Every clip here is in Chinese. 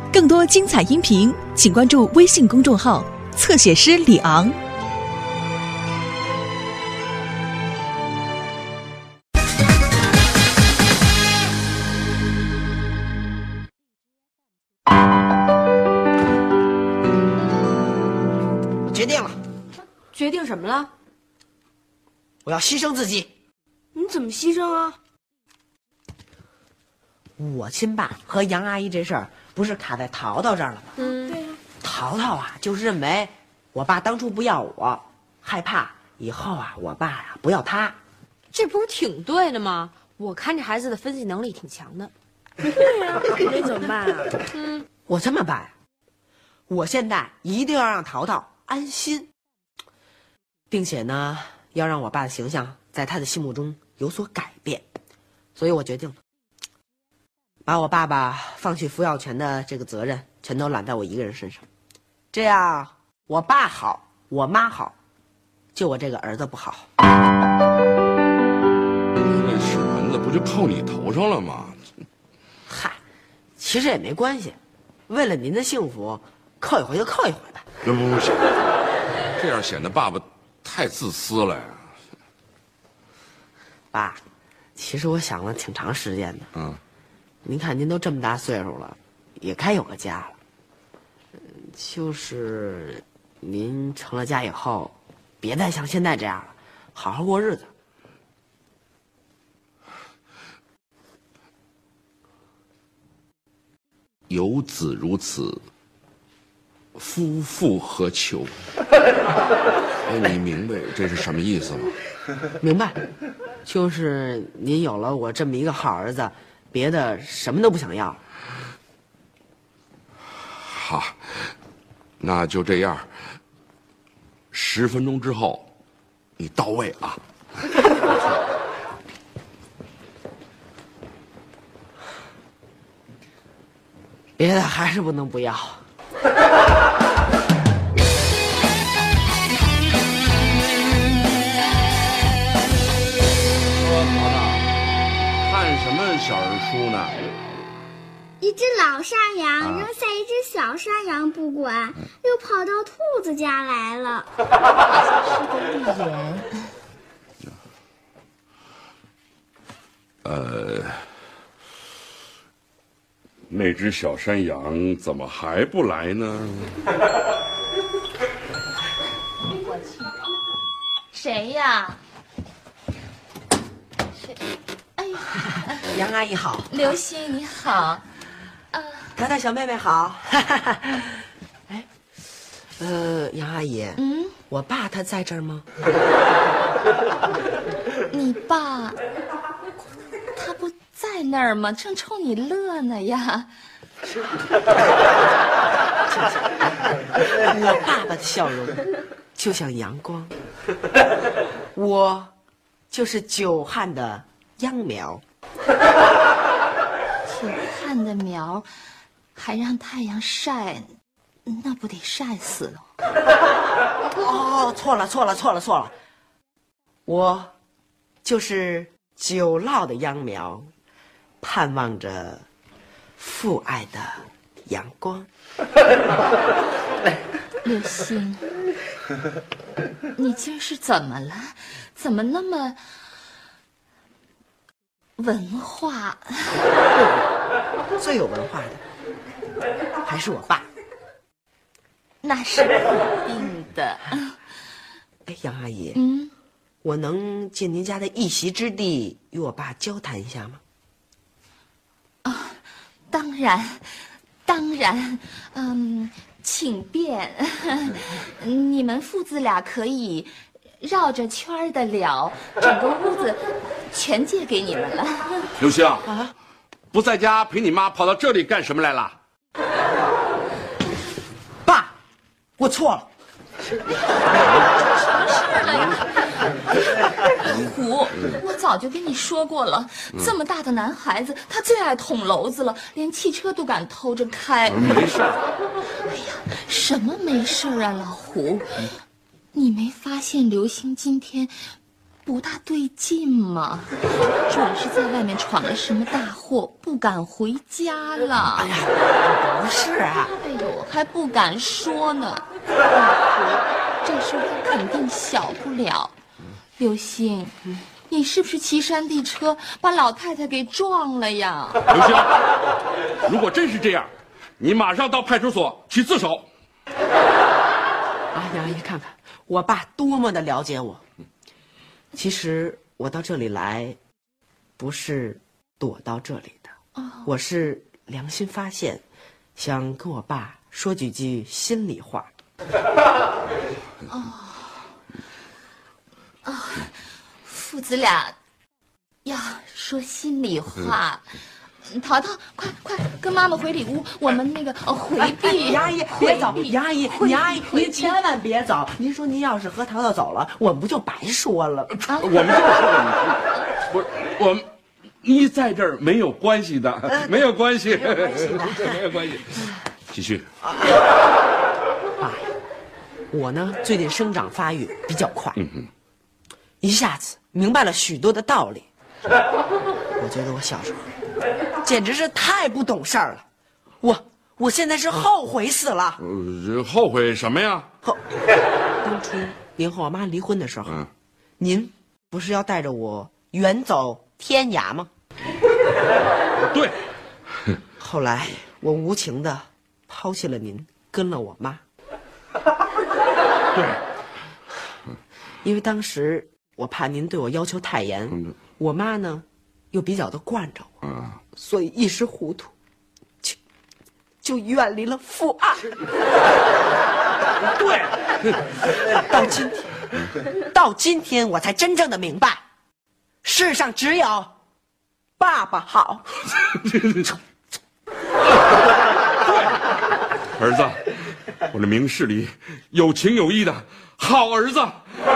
更多精彩音频，请关注微信公众号“侧写师李昂”。 我决定了。 决定什么了？ 我要牺牲自己。 你怎么牺牲啊？ 我亲爸和杨阿姨这事儿不是卡在淘淘这儿了吗？ 对呀。 淘淘啊，就是认为我爸当初不要我，害怕以后啊，我爸呀不要他。 这不是挺对的吗？我看这孩子的分析能力挺强的。 对呀，那怎么办啊？ 我这么办，我现在一定要让淘淘安心，并且呢，要让我爸的形象在他的心目中有所改变。所以我决定了，把我爸爸放弃抚养权的这个责任全都揽在我一个人身上，这样我爸好，我妈好，就我这个儿子不好。 这屎盆子不就泡你头上了吗？ 嗨，其实也没关系，为了您的幸福，扣一回就扣一回呗。 不行，这样显得爸爸太自私了呀。 爸，其实我想了挺长时间的。您看您都这么大岁数了，也该有个家了。就是您成了家以后，别再像现在这样了，好好过日子。 有子如此，夫复何求？你明白这是什么意思吗？ 明白，就是您有了我这么一个好儿子，别的什么都不想要。 好，那就这样。10分钟之后，你到位啊！ 别的还是不能不要。 看什么小人书呢？ 一只老山羊扔下一只小山羊不管，又跑到兔子家来了。 是个寓言。 那只小山羊怎么还不来呢？ 我去，谁呀？谁？哎呀， 杨阿姨好， 刘星你好。 淘淘小妹妹好。哎，杨阿姨，我爸他在这儿吗？ 你爸，他不在那儿吗？正冲你乐呢呀。 我爸爸的笑容就像阳光，我就是久旱的秧苗。 久旱的苗还让太阳晒，那不得晒死了？ 哦，错了，我就是久涝的秧苗，盼望着父爱的阳光。 刘星，你今儿是怎么了？怎么那么文化？ 最有文化的还是我爸。 那是肯定的。 哎，杨阿姨， 我我能借您家的一席之地与我爸交谈一下吗？ 当然，当然，请便。你们父子俩可以绕着圈儿的了，整个屋子全借给你们了。 刘星啊，不在家陪你妈，跑到这里干什么来了？ 爸，我错了。 什么事儿了呀？虎，我早就跟你说过了，这么大的男孩子，他最爱捅娄子了，连汽车都敢偷着开。 没事。 哎呀，什么没事啊，老胡？你没发现刘星今天不大对劲嘛，准是在外面闯了什么大祸，不敢回家了。 哎呀，不是啊， 哎呦，还不敢说呢。这事儿他肯定小不了。刘星，你是不是骑山地车把老太太给撞了呀？ 刘星，如果真是这样，你马上到派出所去自首。 啊，杨阿姨，看看我爸多么的了解我。其实我到这里来，不是躲到这里的，我是良心发现，想跟我爸说几句心里话。 父子俩要说心里话。淘淘，快跟妈妈回里屋，我们那个回避。 杨阿姨，别走！杨阿姨，您千万别走！您说您要是和淘淘走了，我们不就白说了？ 我们就说了，不是我们，你在这儿没有关系的，没有关系，没有关系。继续。 爸呀，我呢最近生长发育比较快，一下子明白了许多的道理。我觉得我小时候简直是太不懂事儿了，我现在是后悔死了。 后悔什么呀？ 当初您和我妈离婚的时候，您不是要带着我远走天涯吗？ 对。 后来我无情的抛弃了您，跟了我妈。 对。 因为当时我怕您对我要求太严，我妈呢又比较的惯着我，所以一时糊涂，就远离了父爱。 对， 到今天我才真正的明白，世上只有爸爸好。 儿子，我这明事理、有情有义的好儿子，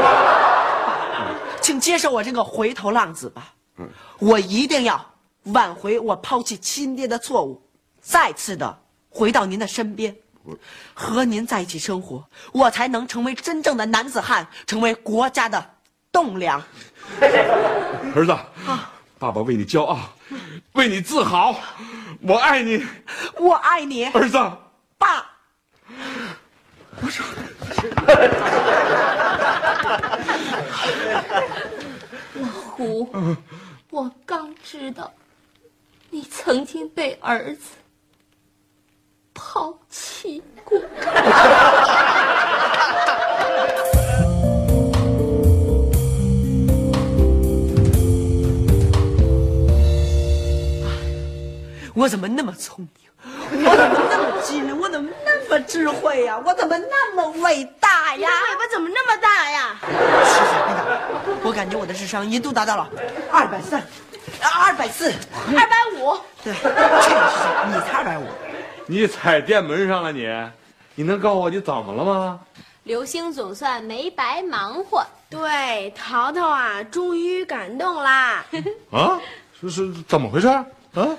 请接受我这个回头浪子吧。我一定要挽回我抛弃亲爹的错误，再次的回到您的身边，和您在一起生活，我才能成为真正的男子汉，成为国家的栋梁。 儿子，爸爸为你骄傲，为你自豪，我爱你， 我爱你， 儿子， 爸。 老胡，我刚知道，你曾经被儿子抛弃过。 我怎么那么聪明？我怎么那么机灵？我怎么那么智慧呀？我怎么那么伟大呀？ 尾巴怎么那么大呀？ 我感觉我的智商一度达到了230、240、 250。 对，这个事情你才250。 你踩电门上了你能告诉我你怎么了吗？ 刘星总算没白忙活。 对，淘淘啊，终于感动啦！ 啊，是怎么回事啊？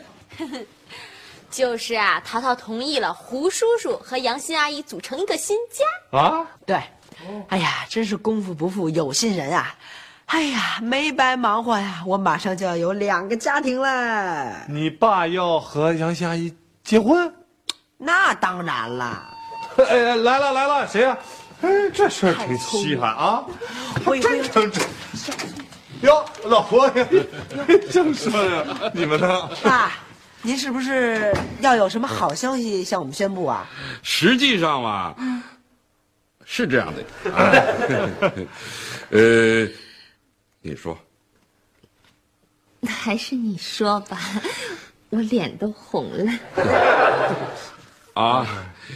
就是啊，淘淘同意了胡叔叔和杨欣阿姨组成一个新家。 啊？ 对，哎呀，真是功夫不负有心人啊！哎呀，没白忙活呀，我马上就要有2个家庭了。 你爸要和杨欣阿姨结婚？ 那当然了。 哎，来了，谁呀？哎，这事儿挺稀罕啊！真成这。哟，老胡，正说呀，你们呢？ 爸，您是不是要有什么好消息向我们宣布啊？ 实际上嘛，是这样的。你说。 还是你说吧，我脸都红了。 啊，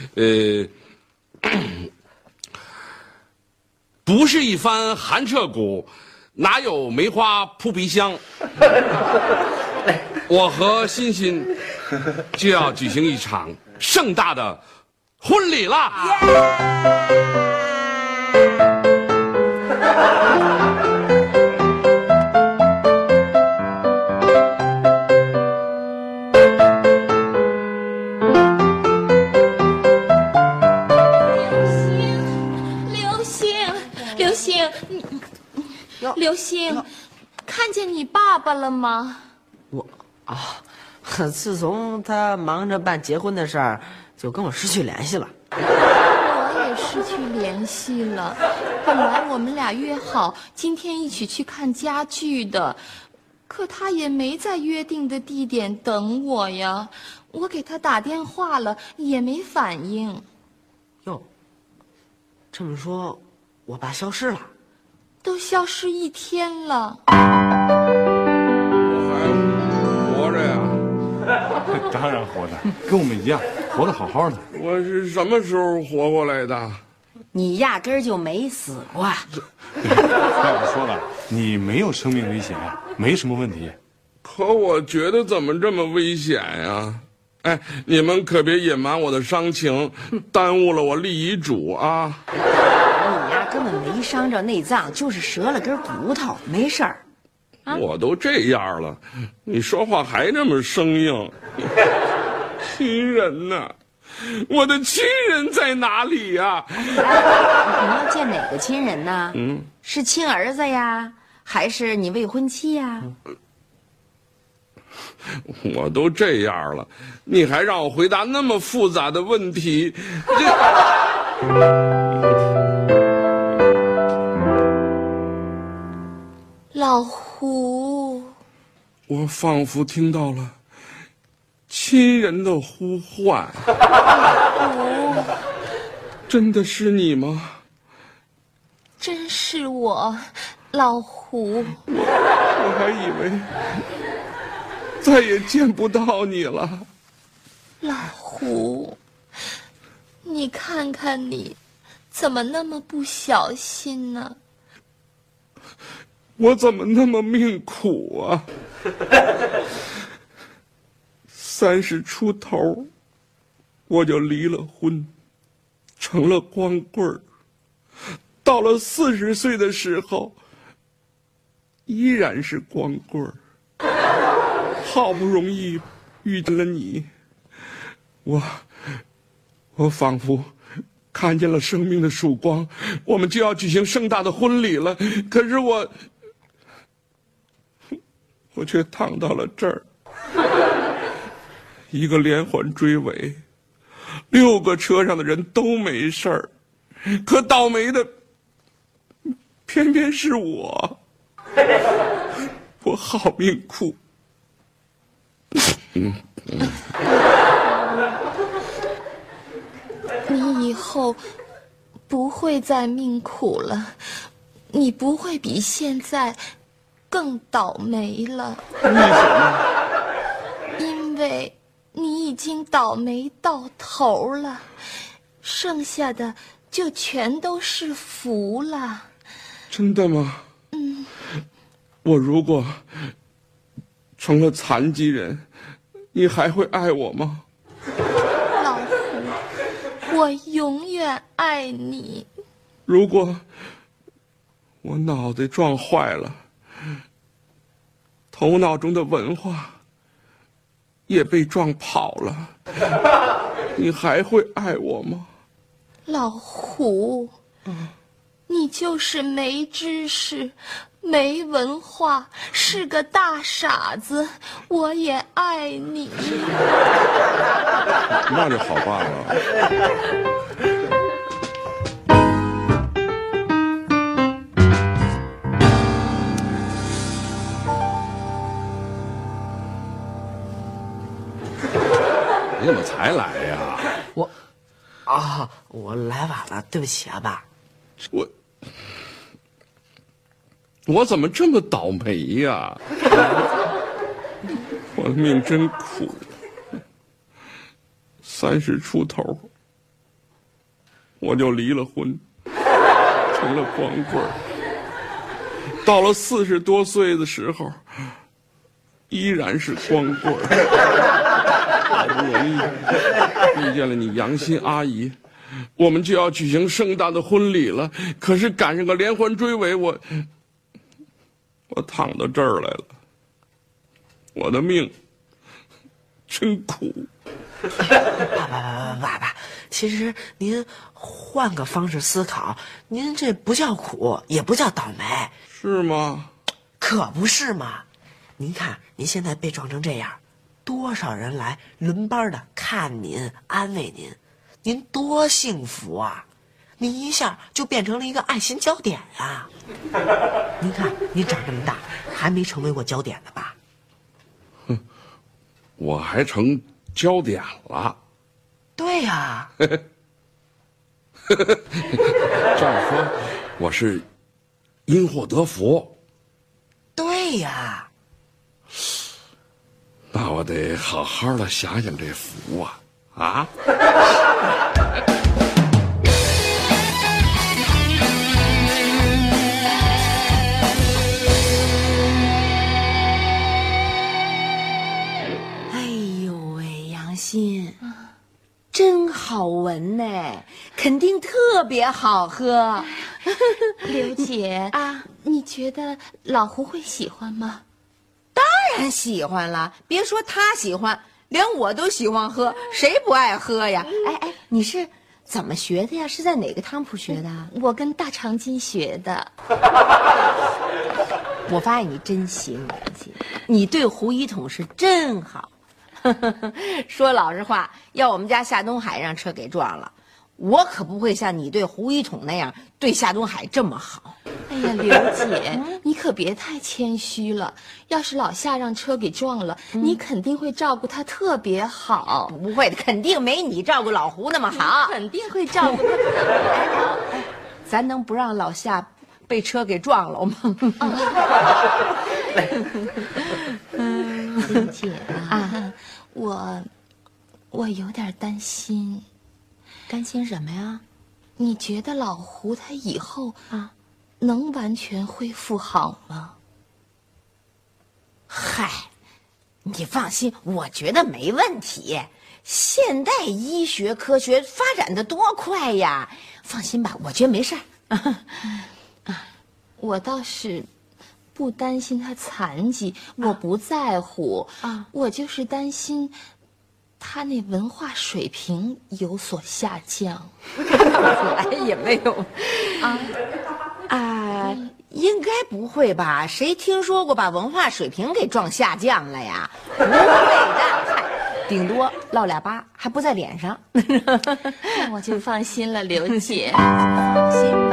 不是一番寒彻骨，哪有梅花扑鼻香？我和欣欣就要举行一场盛大的婚礼啦！ 刘星， 有刘星，看见你爸爸了吗？ 自从他忙着办结婚的事儿，就跟我失去联系了。 我也失去联系了。本来我们俩约好今天一起去看家具的，可他也没在约定的地点等我呀。我给他打电话了，也没反应。 哟，这么说，我爸消失了， 都消失1天了。 我还活着呀？ 当然活着，跟我们一样，活得好好的。 我是什么时候活过来的？ 你压根儿就没死过。 我说了，你没有生命危险呀，没什么问题。 可我觉得怎么这么危险呀？哎，你们可别隐瞒我的伤情，耽误了我立遗嘱啊！ 你呀，根本没伤着内脏，就是折了根骨头，没事儿。 我都这样了，你说话还这么生硬。亲人呢？我的亲人在哪里呀？ 你要见哪个亲人呢？是亲儿子呀，还是你未婚妻呀？ 我都这样了，你还让我回答那么复杂的问题， 老胡， 我仿佛听到了亲人的呼唤。真的是你吗？ 真是我，老胡。 我还以为再也见不到你了。 老胡，你看看你，怎么那么不小心呢？ 我怎么那么命苦啊！30出头，我就离了婚，成了光棍儿。到了40岁的时候，依然是光棍儿。好不容易遇见了你，我仿佛看见了生命的曙光。我们就要举行盛大的婚礼了，可是我却躺到了这儿，一个连环追尾，6个车上的人都没事儿，可倒霉的偏偏是我。我好命苦。 你以后不会再命苦了，你不会比现在更倒霉了。 为什么？ 因为你已经倒霉到头了，剩下的就全都是福了。 真的吗？我如果成了残疾人，你还会爱我吗？ 老胡，我永远爱你。 如果我脑袋撞坏了，头脑中的文化也被撞跑了，你还会爱我吗？ 老胡，你就是没知识，没文化，是个大傻子，我也爱你。 那就好办了。你怎么才来呀？ 我来晚了，对不起啊，爸。 我怎么这么倒霉呀？我的命真苦。30出头，我就离了婚，成了光棍儿。到了40多岁的时候，依然是光棍儿。好不容易遇见了你杨欣阿姨，我们就要举行盛大的婚礼了，可是赶上个连环追尾，我躺到这儿来了。我的命真苦。 爸， 其实您换个方式思考，您这不叫苦，也不叫倒霉， 是吗？ 可不是嘛！您看您现在被撞成这样，多少人来轮班的看您、安慰您，您多幸福啊！您一下就变成了一个爱心焦点啊！您看您长这么大，还没成为过焦点呢吧？ 哼，我还成焦点了。 对呀。 这样说，我是因祸得福。 对呀。 那我得好好的想想这福啊！啊！ 哎呦喂，杨欣，真好闻呢，肯定特别好喝。 刘姐啊，你觉得老胡会喜欢吗？ 当然喜欢了，别说他喜欢，连我都喜欢喝，谁不爱喝呀？哎，你是怎么学的呀？是在哪个汤铺学的？ 我跟大长今学的。 我发现你真行，你对胡一统是真好。说老实话，要我们家夏东海让车给撞了，我可不会像你对胡一统那样对夏东海这么好。 哎呀，刘姐，你可别太谦虚了。要是老夏让车给撞了，你肯定会照顾他特别好。 不会的，肯定没你照顾老胡那么好。 肯定会照顾他特别好。 咱能不让老夏被车给撞了吗？ 刘姐啊，我有点担心。 担心什么呀？ 你觉得老胡他以后能完全恢复好吗？ 嗨，你放心，我觉得没问题。现代医学科学发展的多快呀！放心吧，我觉得没事儿。 我倒是不担心他残疾，我不在乎我就是担心他那文化水平有所下降。 也没有应该不会吧？谁听说过把文化水平给撞下降了呀？不会的，顶多落俩疤，还不在脸上。 那我就放心了，刘姐。 放心吧。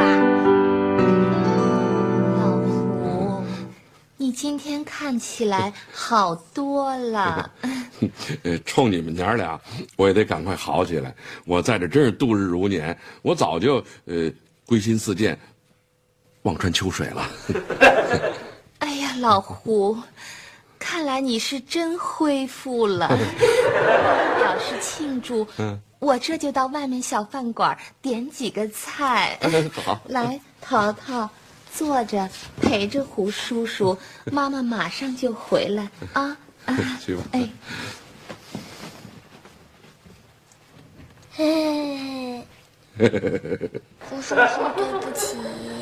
老胡，你今天看起来好多了。 冲你们娘俩，我也得赶快好起来。我在这真是度日如年，我早就归心似箭，望穿秋水了。 哎呀，老胡，看来你是真恢复了。表示庆祝，我这就到外面小饭馆点几个菜。 好， 来，淘淘，坐着陪着胡叔叔，妈妈马上就回来啊。 去吧。 哎。 胡叔叔，对不起。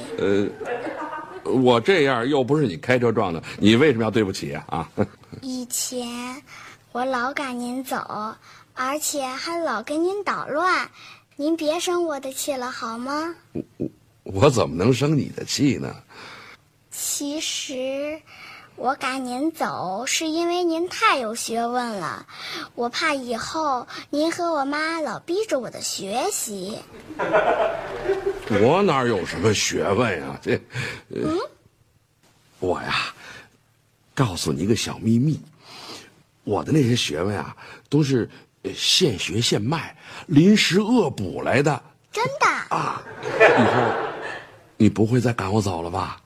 我这样又不是你开车撞的，你为什么要对不起啊？ 以前我老赶您走，而且还老跟您捣乱，您别生我的气了好吗？ 我怎么能生你的气呢？ 其实我赶您走是因为您太有学问了，我怕以后您和我妈老逼着我的学习。 我哪有什么学问呀？我呀，告诉你一个小秘密，我的那些学问啊，都是现学现卖、临时恶补来的。 真的啊？以后你不会再赶我走了吧？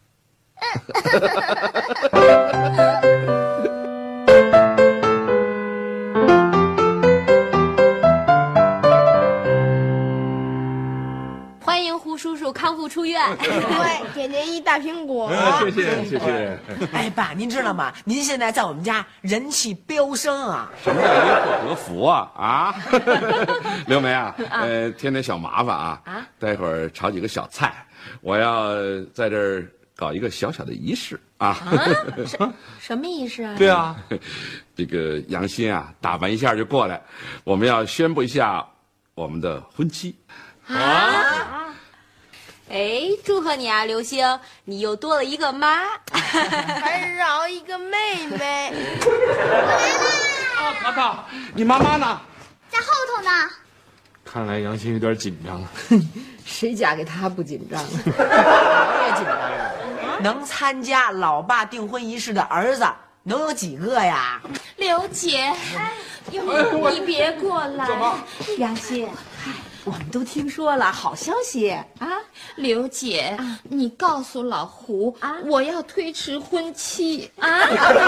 欢迎胡叔叔康复出院。 对，给您一大苹果。 谢谢谢谢。 哎，爸，您知道吗？您现在在我们家人气飙升啊！ 什么叫因祸得福啊？啊，刘梅啊，添点小麻烦啊。待会儿炒几个小菜，我要在这儿搞一个小小的仪式啊。 什么仪式啊？ 对啊，这个杨欣啊，打扮一下就过来，我们要宣布一下我们的婚期。 哎，祝贺你啊，刘星，你又多了一个妈， 还饶一个妹妹。 啊，淘淘，你妈妈呢？ 在后头呢。 看来杨欣有点紧张。 谁嫁给他不紧张啊？我也紧张啊。 能参加老爸订婚仪式的儿子能有几个呀？ 刘姐，你别过来。 怎么？ 杨欣，我们都听说了好消息啊！ 刘姐，你告诉老胡我要推迟婚期啊！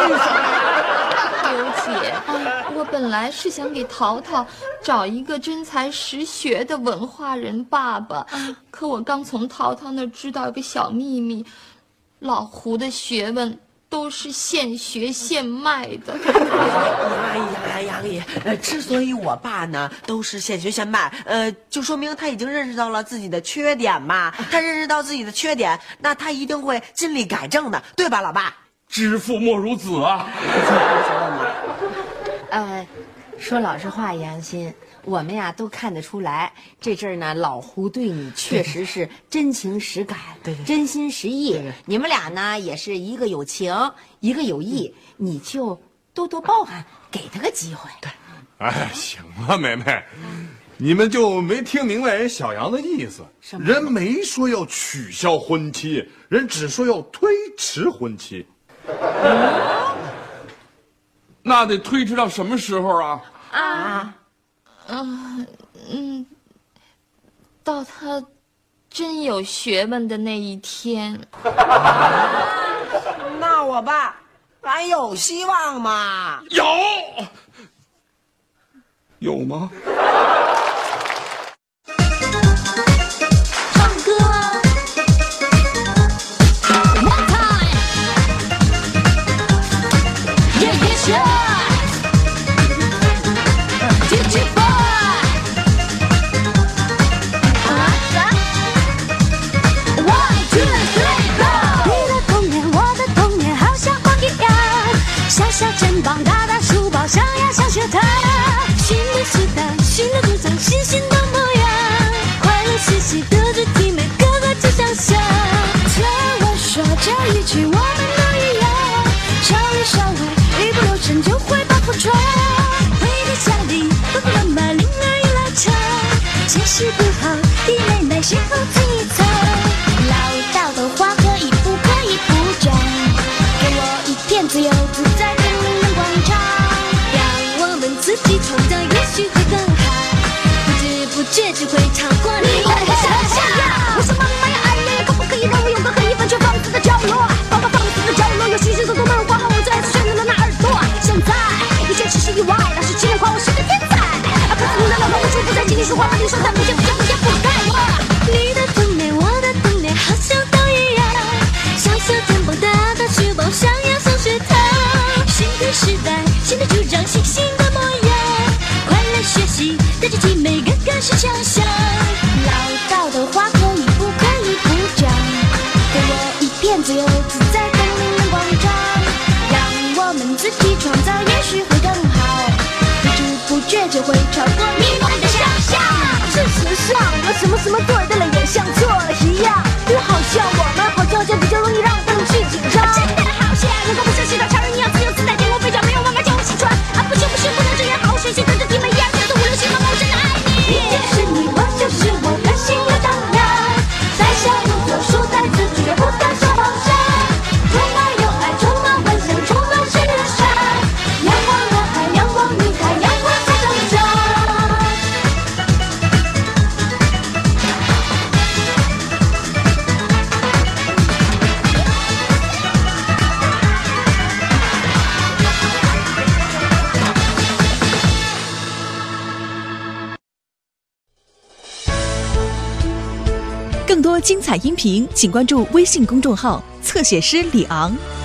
刘姐，我本来是想给淘淘找一个真才实学的文化人爸爸，可我刚从淘淘那儿知道一个小秘密，老胡的学问都是现学现卖的。 杨姨，之所以我爸呢都是现学现卖，就说明他已经认识到了自己的缺点嘛。他认识到自己的缺点，那他一定会尽力改正的，对吧，老爸？ 知父莫如子啊！ 说老实话，杨欣，我们呀都看得出来，这阵儿呢，老胡对你确实是真情实感， 对， 真心实意。你们俩呢也是一个有情，一个有义，你就多多包涵，给他个机会。对， 哎，行了，梅梅，你们就没听明白人小杨的意思？人没说要取消婚期，人只说要推迟婚期。 那得推迟到什么时候啊？ 到他真有学问的那一天。 那我爸还有希望吗？ 有吗？ 唱歌。One time. Yeah, yeah, yeah. DJ boy. One, two, three, go. 你的童年，我的童年，好像光一样。小小肩膀，大大书包，上呀上学堂。新的时代，新的主张，新新的模样。快乐学习的主题，每个个都想象。听我说这一句，我们都一样。少里少外，一不留神就会把破窗。回到家里，爸爸妈妈铃儿一拉长，解释不好，弟妹妹先后听一层。唠叨的话可以不可以不讲？给我一片自由自在的人人广场，让我们自己创造，也许会更好。不知不觉只会超过你我的想象。我说妈妈呀，哎呀，可不可以让我有个可以完全放肆的角落？爸爸放肆的角落有许许多多漫画和我最爱最炫的那耳朵。现在一切只是意外，老师竟然夸我是个天才。可是你的老婆无处不在，请你说话把你说在不见不见不见不该我。你的童年，我的童年，好像都一样。小小肩膀，大大书包，上呀上学堂。新的时代，新的主张，新新的模样。快乐学习的主题，每个个是强项。唠叨的话可以不可以不讲？给我一片自由自在的人人广场，让我们自己创造，也许会更好。不知不觉就会超过你我的想象。事实上，我什么对的了，也像错了一样。就好像我们好交接，比较容易让他们去紧张。真的好像如果不像其他常人一样自由自在，天空飞翔，没有妈妈叫我起床。不行，不能这样，好好学习，跟着弟妹一样，跟着我流行妈妈，我真的爱你。你就是你，我就是我，任性又张扬。在小路走，树在自己也不敢说梦想。充满有爱，充满幻想，充满世上。阳光男孩，阳光女孩，阳光在成长。 更多精彩音频，请关注微信公众号“侧写师李昂”。